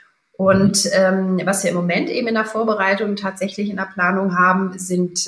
Und was wir im Moment eben in der Vorbereitung tatsächlich in der Planung haben, sind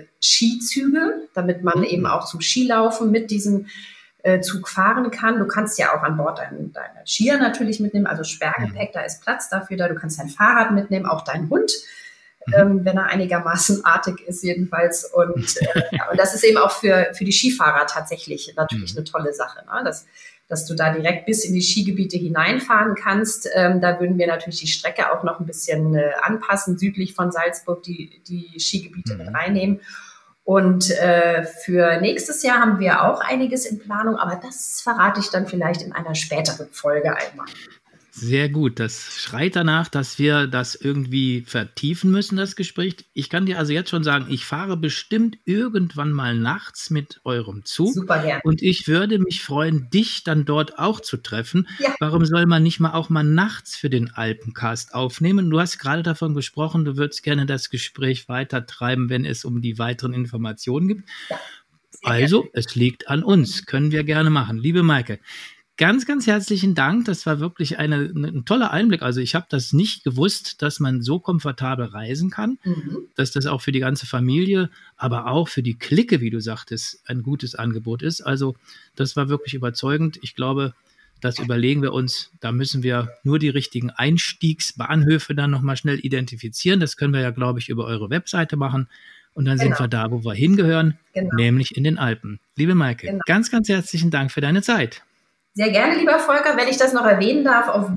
Skizüge, damit man eben auch zum Skilaufen mit diesem Zug fahren kann. Du kannst ja auch an Bord deine Skier natürlich mitnehmen, also Sperrgepäck, da ist Platz dafür da. Du kannst dein Fahrrad mitnehmen, auch deinen Hund, wenn er einigermaßen artig ist jedenfalls. Und das ist eben auch für die Skifahrer tatsächlich natürlich eine tolle Sache, ne? Dass du da direkt bis in die Skigebiete hineinfahren kannst. Da würden wir natürlich die Strecke auch noch ein bisschen anpassen, südlich von Salzburg die Skigebiete mit reinnehmen. Und für nächstes Jahr haben wir auch einiges in Planung, aber das verrate ich dann vielleicht in einer späteren Folge einmal. Sehr gut, das schreit danach, dass wir das irgendwie vertiefen müssen, das Gespräch. Ich kann dir also jetzt schon sagen, ich fahre bestimmt irgendwann mal nachts mit eurem Zug. Super gerne. Und ich würde mich freuen, dich dann dort auch zu treffen. Ja. Warum soll man nicht auch mal nachts für den Alpencast aufnehmen? Du hast gerade davon gesprochen, du würdest gerne das Gespräch weiter treiben, wenn es um die weiteren Informationen gibt. Ja, also, gerne. Es liegt an uns, können wir gerne machen. Liebe Maike, ganz, ganz herzlichen Dank. Das war wirklich ein toller Einblick. Also ich habe das nicht gewusst, dass man so komfortabel reisen kann, dass das auch für die ganze Familie, aber auch für die Clique, wie du sagtest, ein gutes Angebot ist. Also das war wirklich überzeugend. Ich glaube, das überlegen wir uns. Da müssen wir nur die richtigen Einstiegsbahnhöfe dann nochmal schnell identifizieren. Das können wir ja, glaube ich, über eure Webseite machen. Und dann sind wir da, wo wir hingehören, nämlich in den Alpen. Liebe Maike, ganz, ganz herzlichen Dank für deine Zeit. Sehr gerne, lieber Volker, wenn ich das noch erwähnen darf, auf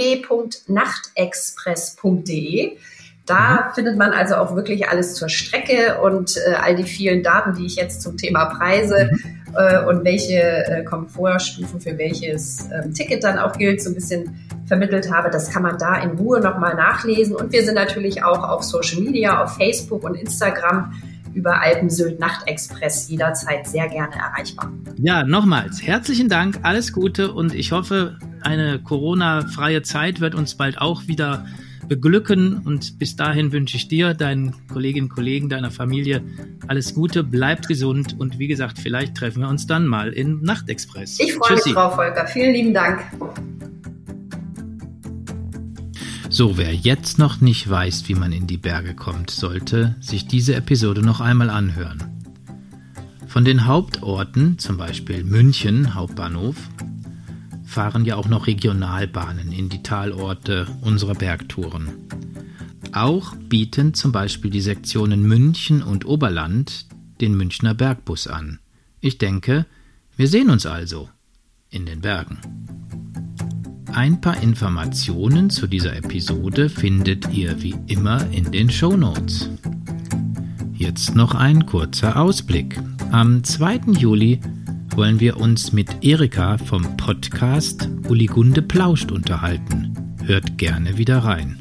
www.nachtexpress.de. Da findet man also auch wirklich alles zur Strecke und all die vielen Daten, die ich jetzt zum Thema Preise und welche Komfortstufen für welches Ticket dann auch gilt, so ein bisschen vermittelt habe. Das kann man da in Ruhe nochmal nachlesen. Und wir sind natürlich auch auf Social Media, auf Facebook und Instagram über Alpensylt Nachtexpress jederzeit sehr gerne erreichbar. Ja, nochmals herzlichen Dank, alles Gute und ich hoffe, eine Corona-freie Zeit wird uns bald auch wieder beglücken und bis dahin wünsche ich dir, deinen Kolleginnen und Kollegen, deiner Familie alles Gute, bleibt gesund und wie gesagt, vielleicht treffen wir uns dann mal im Nachtexpress. Ich freue mich drauf, Volker. Vielen lieben Dank. So, wer jetzt noch nicht weiß, wie man in die Berge kommt, sollte sich diese Episode noch einmal anhören. Von den Hauptorten, zum Beispiel München, Hauptbahnhof, fahren ja auch noch Regionalbahnen in die Talorte unserer Bergtouren. Auch bieten zum Beispiel die Sektionen München und Oberland den Münchner Bergbus an. Ich denke, wir sehen uns also in den Bergen. Ein paar Informationen zu dieser Episode findet ihr wie immer in den Shownotes. Jetzt noch ein kurzer Ausblick. Am 2. Juli wollen wir uns mit Erika vom Podcast Uli Gunde plauscht unterhalten. Hört gerne wieder rein.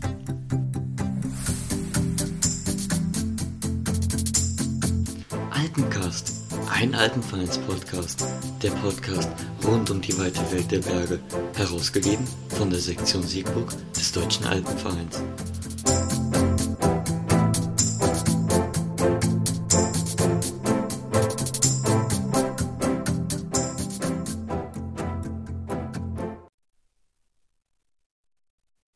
Alpencast, ein Alpenvereins-Podcast, der Podcast rund um die weite Welt der Berge, herausgegeben von der Sektion Siegburg des Deutschen Alpenvereins.